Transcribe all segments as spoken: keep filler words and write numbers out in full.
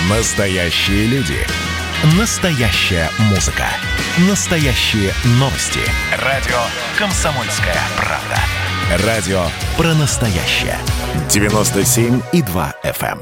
Настоящие люди. Настоящая музыка. Настоящие новости. Радио «Комсомольская правда». Радио про настоящее. девяносто семь и два эф эм.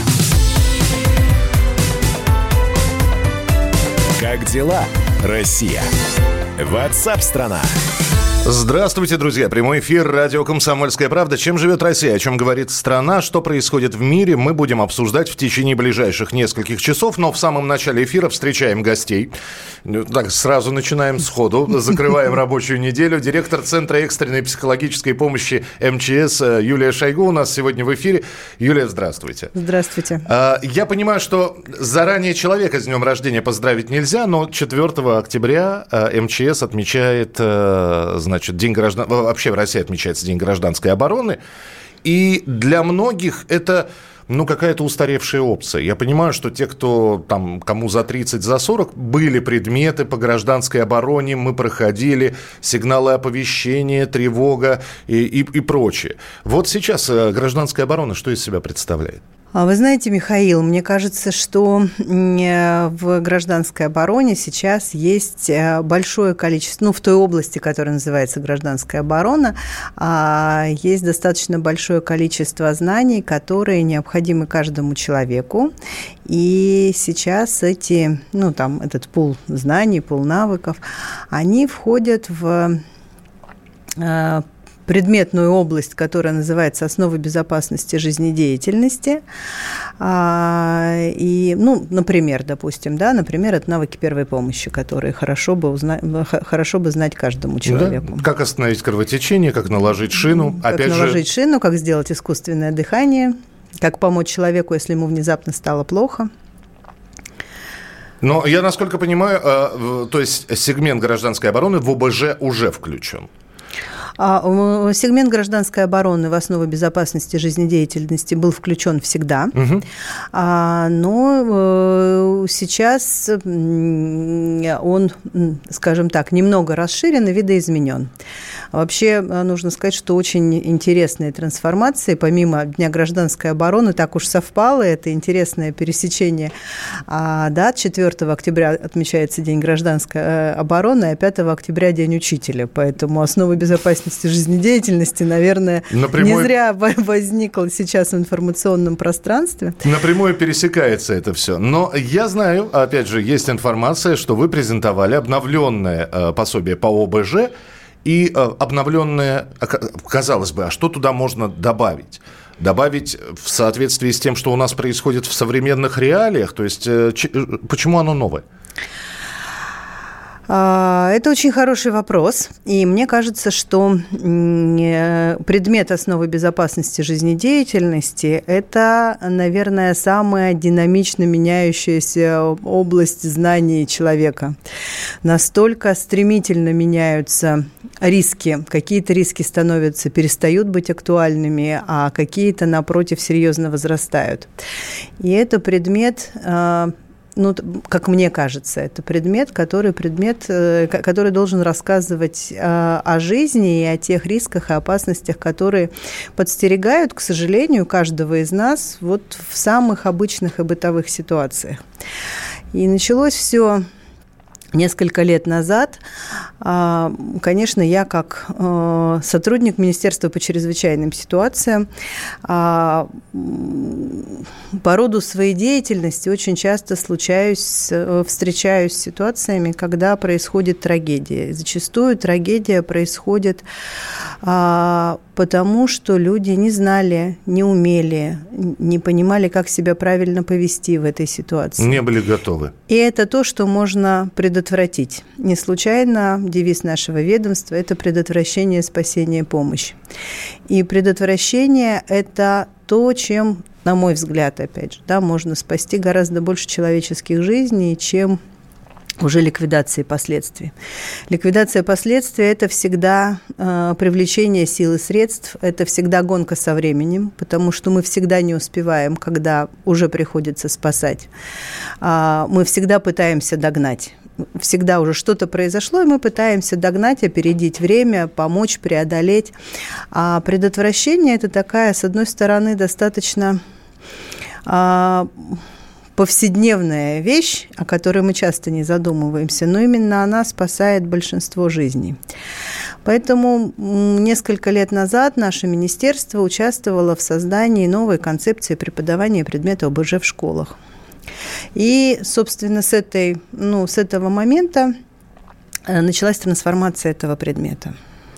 Как дела, Россия? Ватсап-страна! Здравствуйте, друзья. Прямой эфир радио «Комсомольская правда». Чем живет Россия, о чем говорит страна, что происходит в мире, мы будем обсуждать в течение ближайших нескольких часов. Но в самом начале эфира встречаем гостей. Так, сразу начинаем сходу, закрываем рабочую неделю. Директор Центра экстренной психологической помощи эм че эс Юлия Шойгу у нас сегодня в эфире. Юлия, здравствуйте. Здравствуйте. Я понимаю, что заранее человека с днем рождения поздравить нельзя, но четвёртого октября эм че эс отмечает, значит, День граждан... Вообще в России отмечается День гражданской обороны. И для многих это, ну, какая-то устаревшая опция. Я понимаю, что те, кто там, кому за тридцать, за сорок, были предметы по гражданской обороне, мы проходили, сигналы оповещения, тревога и, и, и прочее. Вот сейчас гражданская оборона что из себя представляет? Вы знаете, Михаил, мне кажется, что в гражданской обороне сейчас есть большое количество, ну, в той области, которая называется гражданская оборона, есть достаточно большое количество знаний, которые необходимы каждому человеку. И сейчас эти, ну, там, этот пул знаний, пул навыков, они входят в предметную область, которая называется «Основы безопасности жизнедеятельности». И, ну, например, допустим, да, например, это навыки первой помощи, которые хорошо бы, узнать, хорошо бы знать каждому человеку. Да? Как остановить кровотечение, как наложить шину. Как Опять наложить же... шину, как сделать искусственное дыхание, как помочь человеку, если ему внезапно стало плохо. Но я, насколько понимаю, то есть сегмент гражданской обороны в о бэ жэ уже включен. Сегмент гражданской обороны в основу безопасности жизнедеятельности был включен всегда, угу. но сейчас он, скажем так, немного расширен и видоизменен. Вообще, нужно сказать, что очень интересные трансформации, помимо Дня гражданской обороны, так уж совпало, это интересное пересечение дат. четвёртого октября отмечается День гражданской обороны, а пятого октября День учителя, поэтому основа безопасности жизнедеятельности, наверное, Напрямую... не зря возникла сейчас в информационном пространстве. Напрямую пересекается это все. Но я знаю, опять же, есть информация, что вы презентовали обновленное э, пособие по о бэ жэ и э, обновленное, казалось бы, а что туда можно добавить? Добавить в соответствии с тем, что у нас происходит в современных реалиях? То есть э, ч- почему оно новое? Это очень хороший вопрос, и мне кажется, что предмет основы безопасности жизнедеятельности – это, наверное, самая динамично меняющаяся область знаний человека. Настолько стремительно меняются риски, какие-то риски становятся, перестают быть актуальными, а какие-то, напротив, серьезно возрастают. И это предмет… Ну, как мне кажется, это предмет, который, предмет, который должен рассказывать о жизни и о тех рисках и опасностях, которые подстерегают, к сожалению, каждого из нас вот в самых обычных и бытовых ситуациях. И началось все несколько лет назад. Конечно, я как сотрудник Министерства по чрезвычайным ситуациям по роду своей деятельности очень часто случаюсь, встречаюсь с ситуациями, когда происходит трагедия. И зачастую трагедия происходит потому, что люди не знали, не умели, не понимали, как себя правильно повести в этой ситуации. Не были готовы. И это то, что можно предотвратить. Не случайно девиз нашего ведомства – это предотвращение, спасение, помощь. И предотвращение – это то, чем, на мой взгляд, опять же, да, можно спасти гораздо больше человеческих жизней, чем уже ликвидации последствий. Ликвидация последствий – это всегда э, привлечение сил и средств, это всегда гонка со временем, потому что мы всегда не успеваем, когда уже приходится спасать. Э, мы всегда пытаемся догнать. Всегда уже что-то произошло, и мы пытаемся догнать, опередить время, помочь, преодолеть. А предотвращение – это такая, с одной стороны, достаточно… Э, повседневная вещь, о которой мы часто не задумываемся, но именно она спасает большинство жизней. Поэтому несколько лет назад наше министерство участвовало в создании новой концепции преподавания предмета ОБЖ в школах. И, собственно, с, этой, ну, с этого момента началась трансформация этого предмета.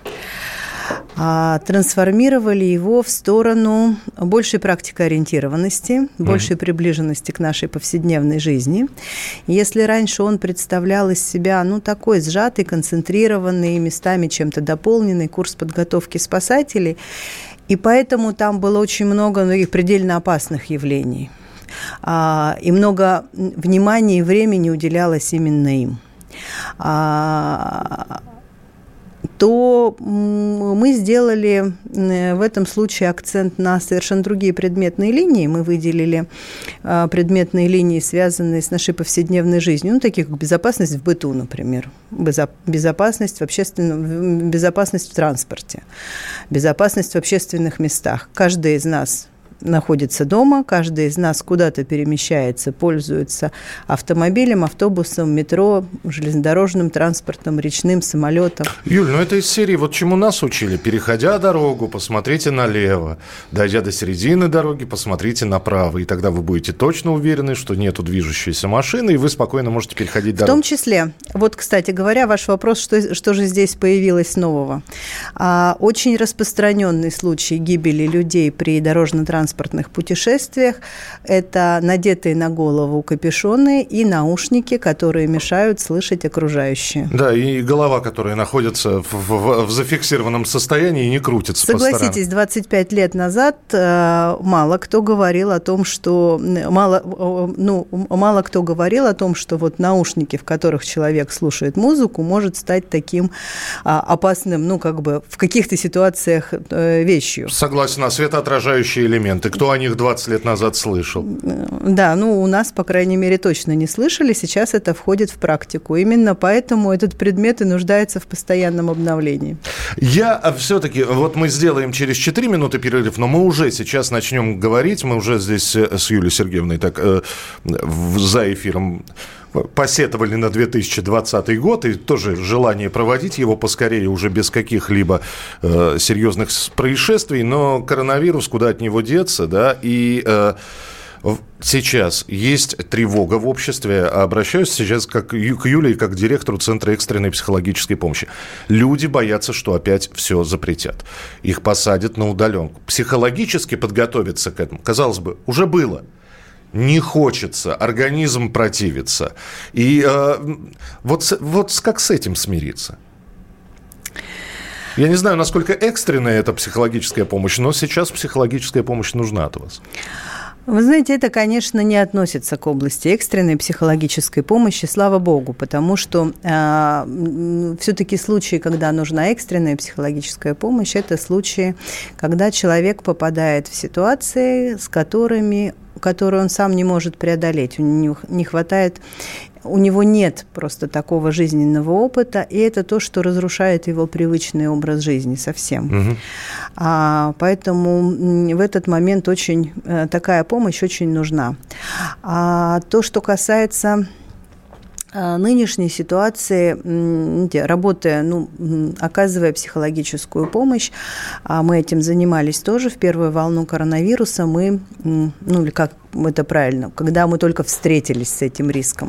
Трансформировали его в сторону большей практикоориентированности, mm-hmm. большей приближенности к нашей повседневной жизни. Если раньше он представлял из себя, ну, такой сжатый, концентрированный, местами чем-то дополненный курс подготовки спасателей, и поэтому там было очень много многих предельно опасных явлений, и много внимания и времени уделялось именно им, то мы сделали в этом случае акцент на совершенно другие предметные линии. Мы выделили предметные линии, связанные с нашей повседневной жизнью, ну, таких как безопасность в быту, например, безопасность в общественном, безопасность в транспорте, безопасность в общественных местах. Каждый из нас находится дома, каждый из нас куда-то перемещается, пользуется автомобилем, автобусом, метро, железнодорожным транспортом, речным, самолетом. Юль, ну это из серии, вот чему нас учили. Переходя дорогу, посмотрите налево. Дойдя до середины дороги, посмотрите направо. И тогда вы будете точно уверены, что нету движущейся машины, и вы спокойно можете переходить дорогу. В том числе, вот, кстати говоря, ваш вопрос, что, что же здесь появилось нового. А, очень распространенный случай гибели людей при дорожно-транспортном путешествиях – это надетые на голову капюшоны и наушники, которые мешают слышать окружающие. Да, и голова, которая находится в, в, в зафиксированном состоянии и не крутится по сторонам. Согласитесь, двадцать пять лет назад э, мало кто говорил о том, что мало, э, ну, мало кто говорил о том, что вот наушники, в которых человек слушает музыку, может стать таким э, опасным, ну, как бы в каких-то ситуациях э, вещью. Согласен, а светоотражающие элементы. Кто о них двадцать лет назад слышал? Да, ну, у нас, по крайней мере, точно не слышали. Сейчас это входит в практику. Именно поэтому этот предмет и нуждается в постоянном обновлении. Я все-таки, вот мы сделаем через четыре минуты перерыв, но мы уже сейчас начнем говорить. Мы уже здесь с Юлией Сергеевной так э, за эфиром посетовали на две тысячи двадцатый год, и тоже желание проводить его поскорее, уже без каких-либо э, серьезных происшествий, но коронавирус, куда от него деться, да, и э, сейчас есть тревога в обществе. Обращаюсь сейчас как, к Юлии, как к директору Центра экстренной психологической помощи. Люди боятся, что опять все запретят. Их посадят на удаленку. Психологически подготовиться к этому, казалось бы, уже было. Не хочется, организм противится. И э, вот, вот как с этим смириться? Я не знаю, насколько экстренная эта психологическая помощь, но сейчас психологическая помощь нужна от вас. Вы знаете, это, конечно, не относится к области экстренной психологической помощи, слава богу, потому что э, все-таки случаи, когда нужна экстренная психологическая помощь, это случаи, когда человек попадает в ситуации, с которыми, которые он сам не может преодолеть, у него не хватает... У него нет просто такого жизненного опыта, и это то, что разрушает его привычный образ жизни совсем. Угу. А, поэтому в этот момент очень, такая помощь очень нужна. А то, что касается нынешней ситуации, работая, ну, оказывая психологическую помощь, мы этим занимались тоже в первую волну коронавируса, мы, ну, или как это правильно, когда мы только встретились с этим риском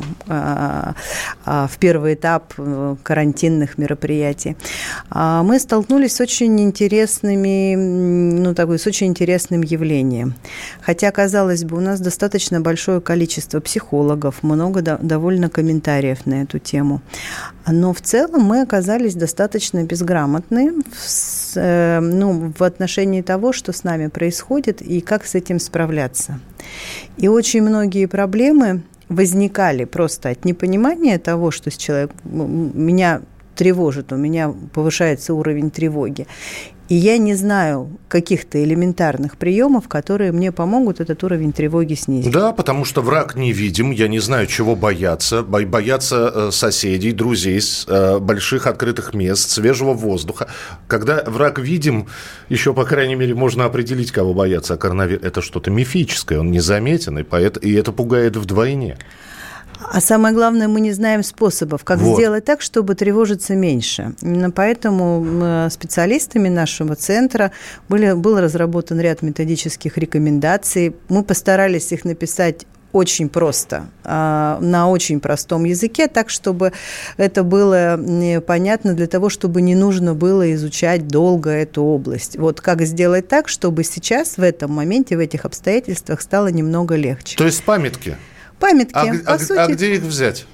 в первый этап карантинных мероприятий, мы столкнулись с очень интересными, ну, такой, с очень интересным явлением. Хотя, казалось бы, у нас достаточно большое количество психологов, много довольно комментариев на эту тему. Но в целом мы оказались достаточно безграмотны в, ну, в отношении того, что с нами происходит и как с этим справляться. И очень многие проблемы возникали просто от непонимания того, что человек, меня тревожит, у меня повышается уровень тревоги. И я не знаю каких-то элементарных приемов, которые мне помогут этот уровень тревоги снизить. Да, потому что враг невидим, я не знаю, чего бояться. Бо- бояться соседей, друзей, больших открытых мест, свежего воздуха. Когда враг видим, еще, по крайней мере, можно определить, кого бояться. А коронавирус – это что-то мифическое, он незаметен, и, поэт- и это пугает вдвойне. А самое главное, мы не знаем способов, как вот. сделать так, чтобы тревожиться меньше. Именно поэтому специалистами нашего центра были, был разработан ряд методических рекомендаций. Мы постарались их написать очень просто, на очень простом языке, так, чтобы это было понятно, для того, чтобы не нужно было изучать долго эту область. Вот как сделать так, чтобы сейчас, в этом моменте, в этих обстоятельствах стало немного легче. То есть памятки? Памятки, а, по а, сути. А где их взять?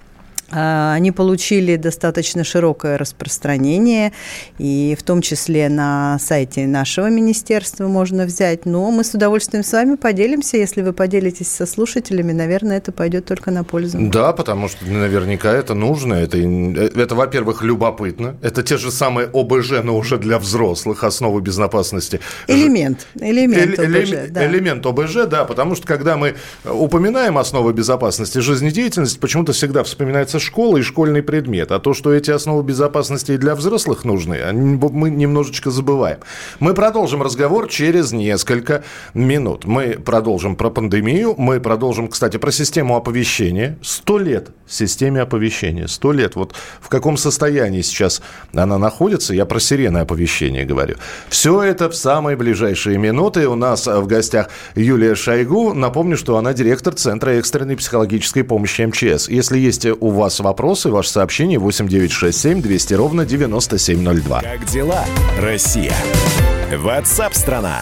Они получили достаточно широкое распространение, и в том числе на сайте нашего министерства можно взять. Но мы с удовольствием с вами поделимся. Если вы поделитесь со слушателями, наверное, это пойдет только на пользу. Да, потому что наверняка это нужно. Это, это во-первых, любопытно. Это те же самые ОБЖ, но уже для взрослых, основы безопасности. Элемент. Элемент Эле- ОБЖ, эле- да. Элемент ОБЖ, да, потому что когда мы упоминаем основы безопасности жизнедеятельности, почему-то всегда вспоминается школа и школьный предмет. А то, что эти основы безопасности и для взрослых нужны, мы немножечко забываем. Мы продолжим разговор через несколько минут. Мы продолжим про пандемию. Мы продолжим, кстати, про систему оповещения. Сто лет системе оповещения. Сто лет. Вот в каком состоянии сейчас она находится, я про сирены оповещения говорю. Все это в самые ближайшие минуты. У нас в гостях Юлия Шойгу. Напомню, что она директор Центра экстренной психологической помощи МЧС. Если есть у вас вопросы, ваше сообщение восемь девятьсот шестьдесят семь двести ровно девяносто семь ноль два. Как дела, Россия? Ватсап-страна!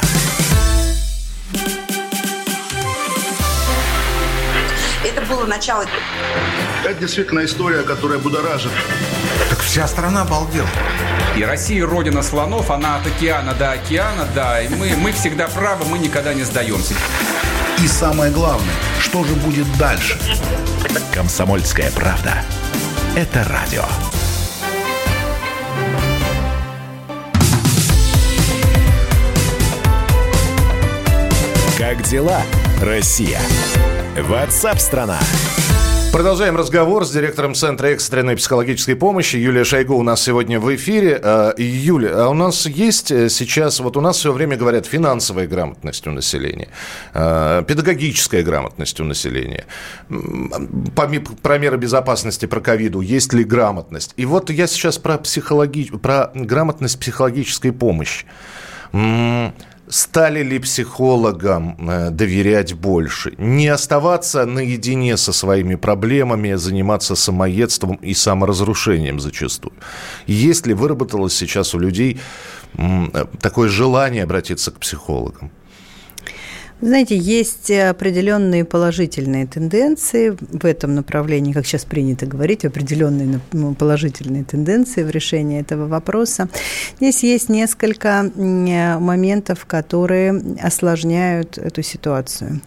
Это было начало. Это действительно история, которая будоражит. Так вся страна обалдела. И Россия родина слонов, она от океана до океана, да. И мы, мы всегда правы, мы никогда не сдаемся. И самое главное, что же будет дальше? Комсомольская правда. Это радио. Как дела, Россия? Ватсап-страна! Продолжаем разговор с директором Центра экстренной психологической помощи. Юлия Шойгу у нас сегодня в эфире. Юля, а у нас есть сейчас, вот у нас все время говорят, финансовая грамотность у населения, педагогическая грамотность у населения, про меры безопасности, про ковиду, есть ли грамотность? И вот я сейчас про, психологи... про грамотность психологической помощи. Стали ли психологам доверять больше? Не оставаться наедине со своими проблемами, заниматься самоедством и саморазрушением зачастую? Есть ли выработалось сейчас у людей такое желание обратиться к психологам? Знаете, есть определенные положительные тенденции в этом направлении, как сейчас принято говорить, определенные положительные тенденции в решении этого вопроса. Здесь есть несколько моментов, которые осложняют эту ситуацию.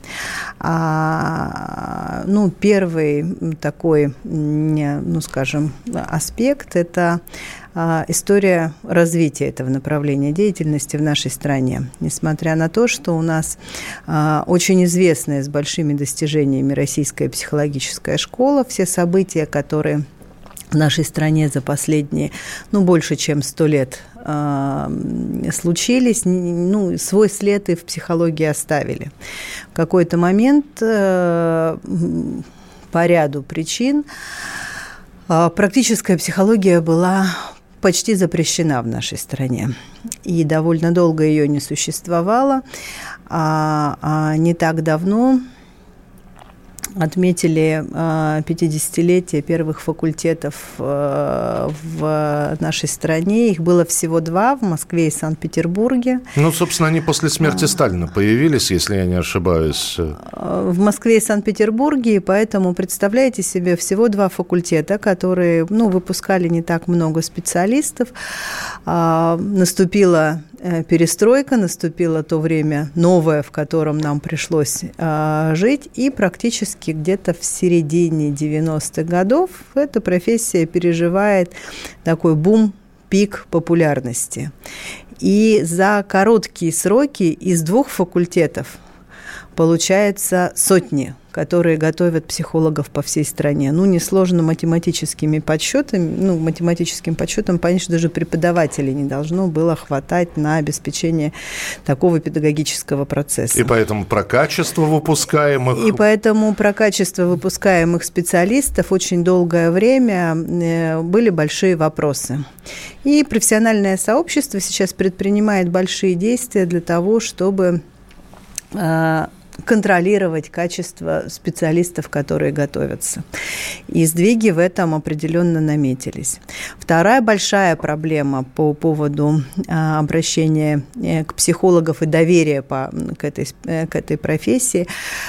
А, ну, первый такой, ну, скажем, аспект – это история развития этого направления деятельности в нашей стране. Несмотря на то, что у нас а, очень известная с большими достижениями российская психологическая школа, все события, которые в нашей стране за последние, ну, больше чем сто лет э, случились, ну, свой след и в психологии оставили. В какой-то момент э, по ряду причин э, практическая психология была почти запрещена в нашей стране. И довольно долго ее не существовало. А, а не так давно отметили пятидесятилетие первых факультетов в нашей стране. Их было всего два, в Москве и Санкт-Петербурге. Ну, собственно, они после смерти Сталина появились, если я не ошибаюсь. В Москве и Санкт-Петербурге, и поэтому, представляете себе, всего два факультета, которые, ну, выпускали не так много специалистов. Наступила перестройка, наступило то время новое, в котором нам пришлось жить, и практически где-то в середине девяностых годов эта профессия переживает такой бум, пик популярности. И за короткие сроки из двух факультетов получается сотни, которые готовят психологов по всей стране. Ну, несложно математическими подсчетами, ну, математическим подсчетом понять, что даже преподавателей не должно было хватать на обеспечение такого педагогического процесса. И поэтому про качество выпускаемых... И поэтому про качество выпускаемых специалистов очень долгое время были большие вопросы. И профессиональное сообщество сейчас предпринимает большие действия для того, чтобы контролировать качество специалистов, которые готовятся. И сдвиги в этом определенно наметились. Вторая большая проблема по поводу а, обращения к психологам и доверия по, к, этой, к этой профессии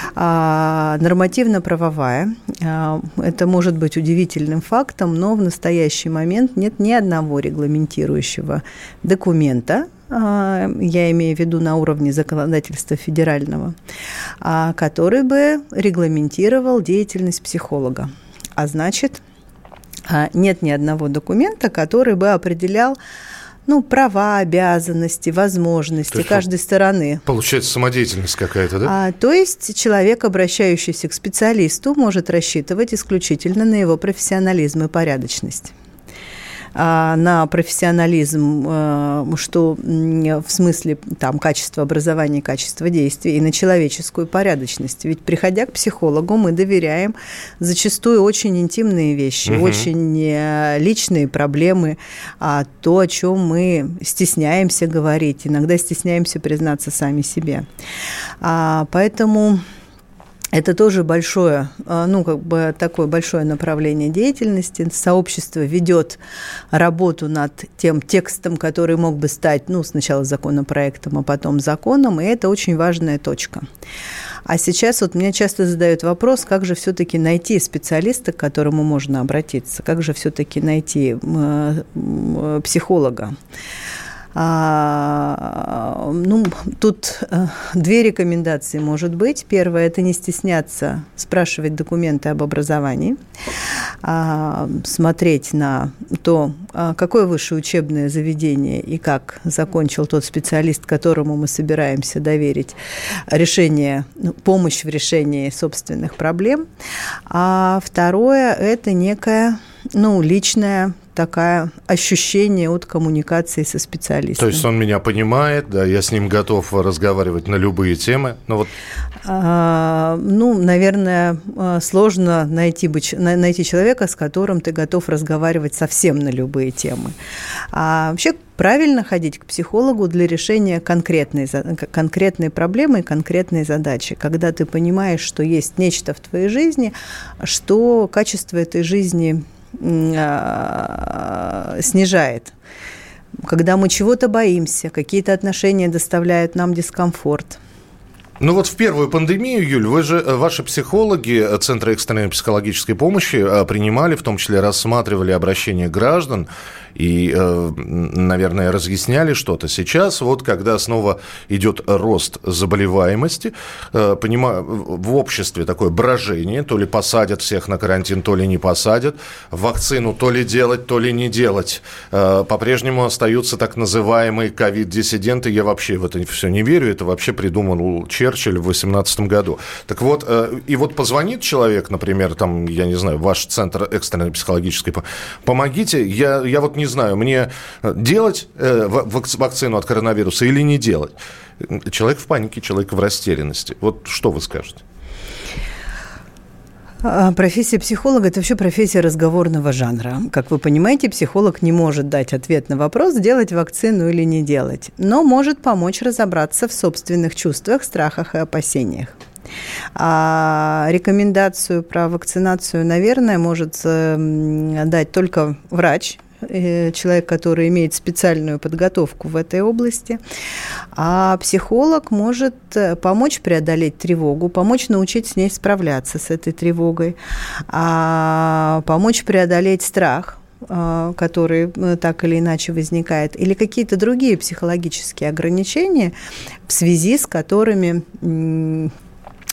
а, нормативно-правовая. А, это может быть удивительным фактом, но в настоящий момент нет ни одного регламентирующего документа, я имею в виду на уровне законодательства федерального, который бы регламентировал деятельность психолога. А значит, нет ни одного документа, который бы определял, ну, права, обязанности, возможности каждой стороны. Получается, самодеятельность какая-то, да? А, то есть человек, обращающийся к специалисту, может рассчитывать исключительно на его профессионализм и порядочность. На профессионализм, что в смысле там, качества образования, качества действий, и на человеческую порядочность. Ведь, приходя к психологу, мы доверяем зачастую очень интимные вещи, угу. очень личные проблемы, то, о чем мы стесняемся говорить, иногда стесняемся признаться сами себе. Поэтому... Это тоже большое, ну, как бы такое большое направление деятельности. Сообщество ведет работу над тем текстом, который мог бы стать, ну, сначала законопроектом, а потом законом, и это очень важная точка. А сейчас вот мне часто задают вопрос, как же все-таки найти специалиста, к которому можно обратиться, как же все-таки найти психолога. А, ну, тут а, две рекомендации, может быть. Первое – это не стесняться спрашивать документы об образовании, а, смотреть на то, а, какое высшее учебное заведение и как закончил тот специалист, которому мы собираемся доверить решение, помощь в решении собственных проблем. А второе – это некое, ну, личное такое ощущение от коммуникации со специалистом. То есть он меня понимает, да, я с ним готов разговаривать на любые темы. Но вот... а, ну, наверное, сложно найти, найти человека, с которым ты готов разговаривать совсем на любые темы. А вообще правильно ходить к психологу для решения конкретной, конкретной проблемы и конкретной задачи, когда ты понимаешь, что есть нечто в твоей жизни, что качество этой жизни снижает. Когда мы чего-то боимся, какие-то отношения доставляют нам дискомфорт. Ну вот в первую пандемию, Юль, вы же, ваши психологи Центра экстренной психологической помощи принимали, в том числе рассматривали обращения граждан и, наверное, разъясняли что-то. Сейчас, вот когда снова идет рост заболеваемости, понимаю, в обществе такое брожение, то ли посадят всех на карантин, то ли не посадят, вакцину то ли делать, то ли не делать. По-прежнему остаются так называемые ковид-диссиденты. Я вообще в это все не верю, это вообще придумал Черчилль в восемнадцатом году. Так вот, и вот позвонит человек, например, там, я не знаю, ваш Центр экстренной психологической помощи, помогите, я, я вот не знаю, мне делать э, вакцину от коронавируса или не делать? Человек в панике, человек в растерянности. Вот что вы скажете? Профессия психолога – это вообще профессия разговорного жанра. Как вы понимаете, психолог не может дать ответ на вопрос, делать вакцину или не делать, но может помочь разобраться в собственных чувствах, страхах и опасениях. А рекомендацию про вакцинацию, наверное, может дать только врач, человек, который имеет специальную подготовку в этой области. А психолог может помочь преодолеть тревогу, помочь научить с ней справляться, с этой тревогой, а помочь преодолеть страх, который так или иначе возникает, или какие-то другие психологические ограничения, в связи с которыми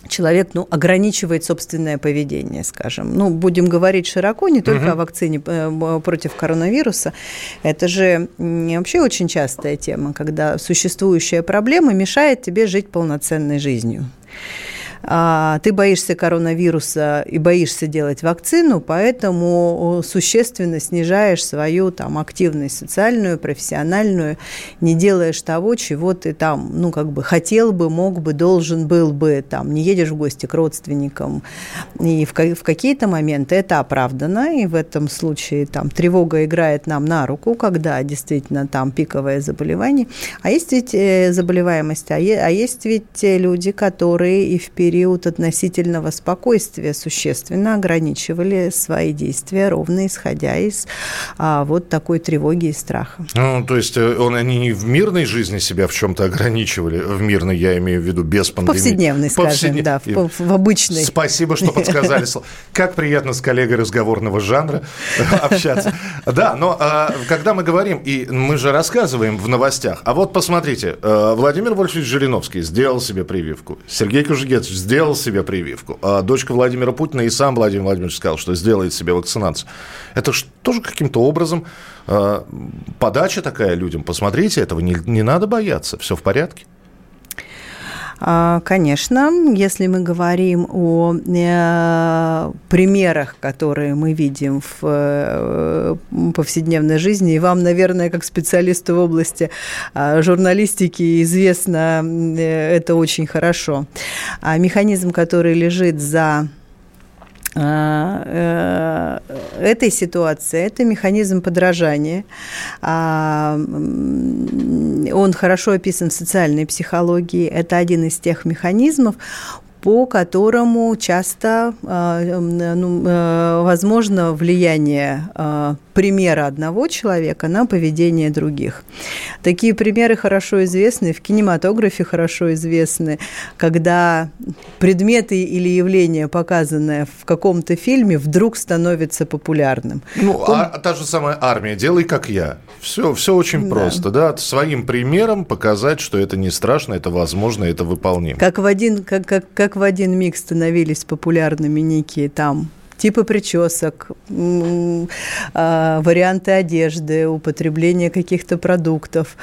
человек, ну, ограничивает собственное поведение, скажем. Ну, будем говорить широко, не только uh-huh. о вакцине против коронавируса. Это же вообще очень частая тема, когда существующая проблема мешает тебе жить полноценной жизнью. Ты боишься коронавируса и боишься делать вакцину, поэтому существенно снижаешь свою там активность социальную, профессиональную, не делаешь того, чего ты там, ну, как бы хотел бы, мог бы, должен был бы, там, не едешь в гости к родственникам. И в, в какие-то моменты это оправдано, и в этом случае там тревога играет нам на руку, когда действительно там пиковое заболевание. А есть ведь заболеваемость, а есть ведь люди, которые и в период относительного спокойствия существенно ограничивали свои действия, ровно исходя из а, вот такой тревоги и страха. Ну, то есть он, они не в мирной жизни себя в чем-то ограничивали, в мирной, я имею в виду, без пандемии. Повседневной, скажем, Повседнев... да, в, в обычной. Спасибо, что подсказали. Как приятно с коллегой разговорного жанра общаться. Да, но когда мы говорим, и мы же рассказываем в новостях, а вот посмотрите, Владимир Вольфович Жириновский сделал себе прививку, Сергей Кужугетович сделал себе прививку. А дочка Владимира Путина и сам Владимир Владимирович сказал, что сделает себе вакцинацию. Это же тоже каким-то образом э, подача такая людям. Посмотрите, этого не, не надо бояться. Все в порядке? Конечно, если мы говорим о э, примерах, которые мы видим в э, повседневной жизни, и вам, наверное, как специалисту в области э, журналистики известно э, это очень хорошо. А механизм, который лежит за этой ситуации, это механизм подражания. Он хорошо описан в социальной психологии. Это один из тех механизмов, по которому часто ну, возможно влияние примера одного человека на поведение других. Такие примеры хорошо известны, в кинематографе хорошо известны, когда предметы или явления, показанные в каком-то фильме, вдруг становятся популярным. Ну, Он... а та же самая армия, делай как я. Все, все очень да. просто, да, своим примером показать, что это не страшно, это возможно, это выполнимо. Как в один, как, как, как в один миг становились популярными некие там типы причесок, варианты одежды, употребление каких-то продуктов,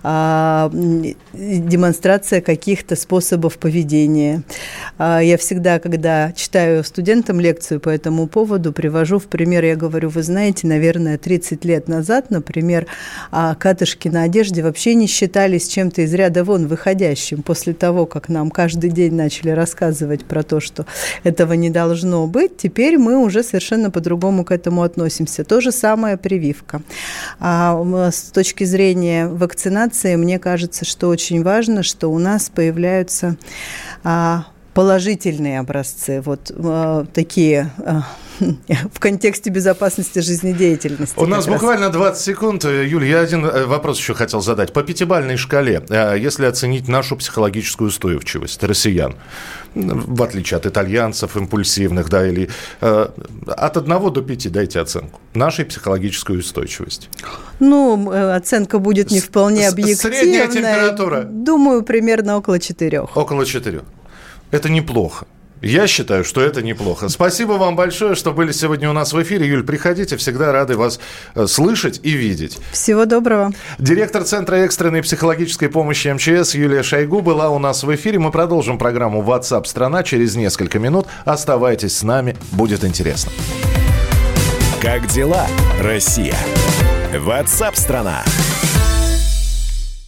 демонстрация каких-то способов поведения. Я всегда, когда читаю студентам лекцию по этому поводу, привожу в пример, я говорю, вы знаете, наверное, тридцать лет назад, например, катышки на одежде вообще не считались чем-то из ряда вон выходящим. После того, как нам каждый день начали рассказывать про то, что этого не должно быть, теперь мы уже совершенно по-другому к этому относимся. То же самое прививка. А с точки зрения вакцинации, мне кажется, что очень важно, что у нас появляются а, положительные образцы, вот а, такие... А, в контексте безопасности жизнедеятельности. У нас буквально двадцать секунд. Юля, я один вопрос еще хотел задать. По пятибалльной шкале, если оценить нашу психологическую устойчивость россиян, в отличие от итальянцев импульсивных, да, или э, от одного до пяти дайте оценку нашей психологической устойчивости. Ну, оценка будет не вполне объективная. Средняя температура? Думаю, примерно около четырех. Около четырех. Это неплохо. Я считаю, что это неплохо. Спасибо вам большое, что были сегодня у нас в эфире. Юль, приходите, всегда рады вас слышать и видеть. Всего доброго. Директор Центра экстренной психологической помощи эм че эс Юлия Шойгу была у нас в эфире. Мы продолжим программу WhatsApp страна через несколько минут. Оставайтесь с нами, будет интересно. Как дела, Россия? WhatsApp страна.